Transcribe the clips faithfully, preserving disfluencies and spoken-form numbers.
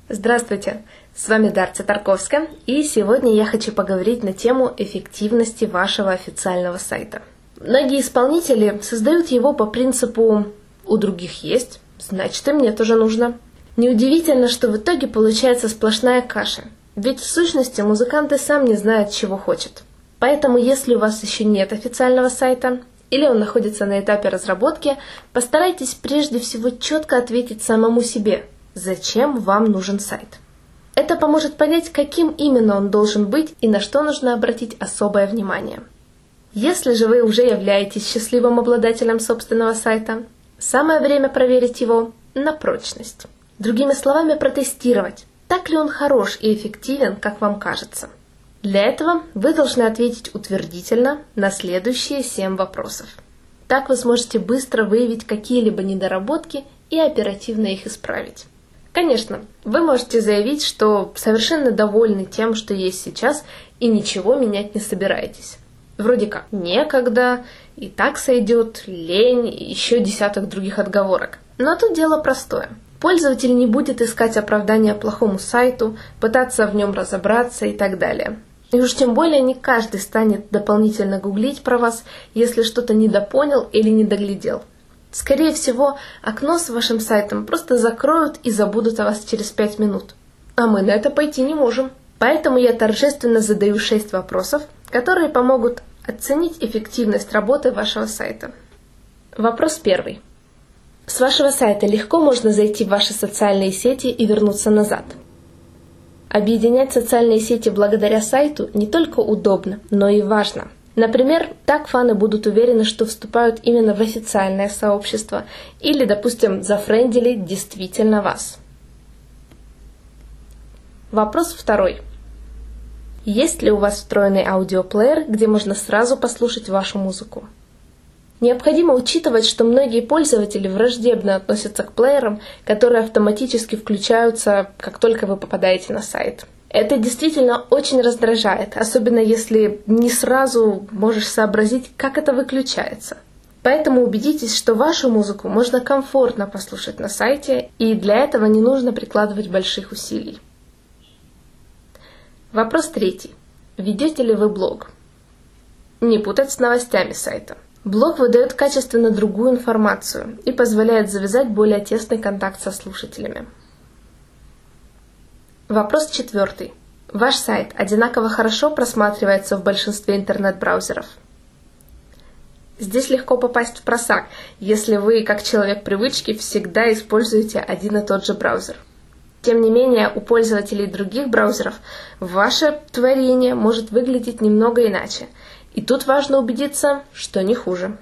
Здравствуйте, с вами Дарья Тарковская, и сегодня я хочу поговорить на тему эффективности вашего официального сайта. Многие исполнители создают его по принципу «у других есть, значит и мне тоже нужно». Неудивительно, что в итоге получается сплошная каша, ведь в сущности музыкант и сам не знает, чего хочет. Поэтому если у вас еще нет официального сайта, или он находится на этапе разработки, постарайтесь прежде всего четко ответить самому себе, зачем вам нужен сайт. Это поможет понять, каким именно он должен быть и на что нужно обратить особое внимание. Если же вы уже являетесь счастливым обладателем собственного сайта, самое время проверить его на прочность. Другими словами, протестировать, так ли он хорош и эффективен, как вам кажется. Для этого вы должны ответить утвердительно на следующие семь вопросов. Так вы сможете быстро выявить какие-либо недоработки и оперативно их исправить. Конечно, вы можете заявить, что совершенно довольны тем, что есть сейчас, и ничего менять не собираетесь. Вроде как некогда, и так сойдет, лень, и еще десяток других отговорок. Но тут дело простое. Пользователь не будет искать оправдания плохому сайту, пытаться в нем разобраться и так далее. И уж тем более не каждый станет дополнительно гуглить про вас, если что-то недопонял или недоглядел. Скорее всего, окно с вашим сайтом просто закроют и забудут о вас через пять минут. А мы на это пойти не можем. Поэтому я торжественно задаю шесть вопросов, которые помогут оценить эффективность работы вашего сайта. Вопрос первый. С вашего сайта легко можно зайти в ваши социальные сети и вернуться назад. Объединять социальные сети благодаря сайту не только удобно, но и важно. Например, так фаны будут уверены, что вступают именно в официальное сообщество или, допустим, зафрендили действительно вас. Вопрос второй. Есть ли у вас встроенный аудиоплеер, где можно сразу послушать вашу музыку? Необходимо учитывать, что многие пользователи враждебно относятся к плеерам, которые автоматически включаются, как только вы попадаете на сайт. Это действительно очень раздражает, особенно если не сразу можешь сообразить, как это выключается. Поэтому убедитесь, что вашу музыку можно комфортно послушать на сайте, и для этого не нужно прикладывать больших усилий. Вопрос третий. Ведете ли вы блог? Не путать с новостями сайта. Блог выдает качественно другую информацию и позволяет завязать более тесный контакт со слушателями. Вопрос четвертый. Ваш сайт одинаково хорошо просматривается в большинстве интернет-браузеров? Здесь легко попасть в просак, если вы, как человек привычки, всегда используете один и тот же браузер. Тем не менее, у пользователей других браузеров ваше творение может выглядеть немного иначе, и тут важно убедиться, что не хуже.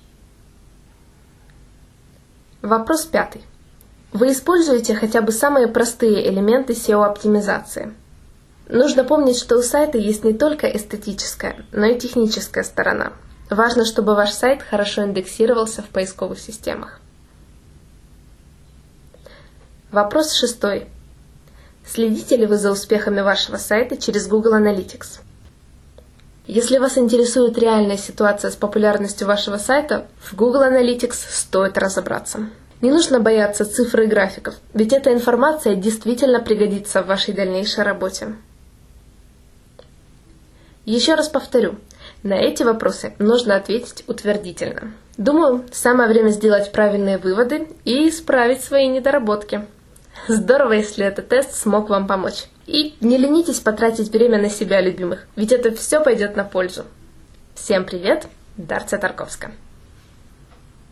Вопрос пятый. Вы используете хотя бы самые простые элементы сео-оптимизации. Нужно помнить, что у сайта есть не только эстетическая, но и техническая сторона. Важно, чтобы ваш сайт хорошо индексировался в поисковых системах. Вопрос шестой. Следите ли вы за успехами вашего сайта через Google Analytics? Если вас интересует реальная ситуация с популярностью вашего сайта, в Google Analytics стоит разобраться. Не нужно бояться цифр и графиков, ведь эта информация действительно пригодится в вашей дальнейшей работе. Еще раз повторю, на эти вопросы нужно ответить утвердительно. Думаю, самое время сделать правильные выводы и исправить свои недоработки. Здорово, если этот тест смог вам помочь. И не ленитесь потратить время на себя, любимых, ведь это все пойдет на пользу. Всем привет, Дарья Тарковская.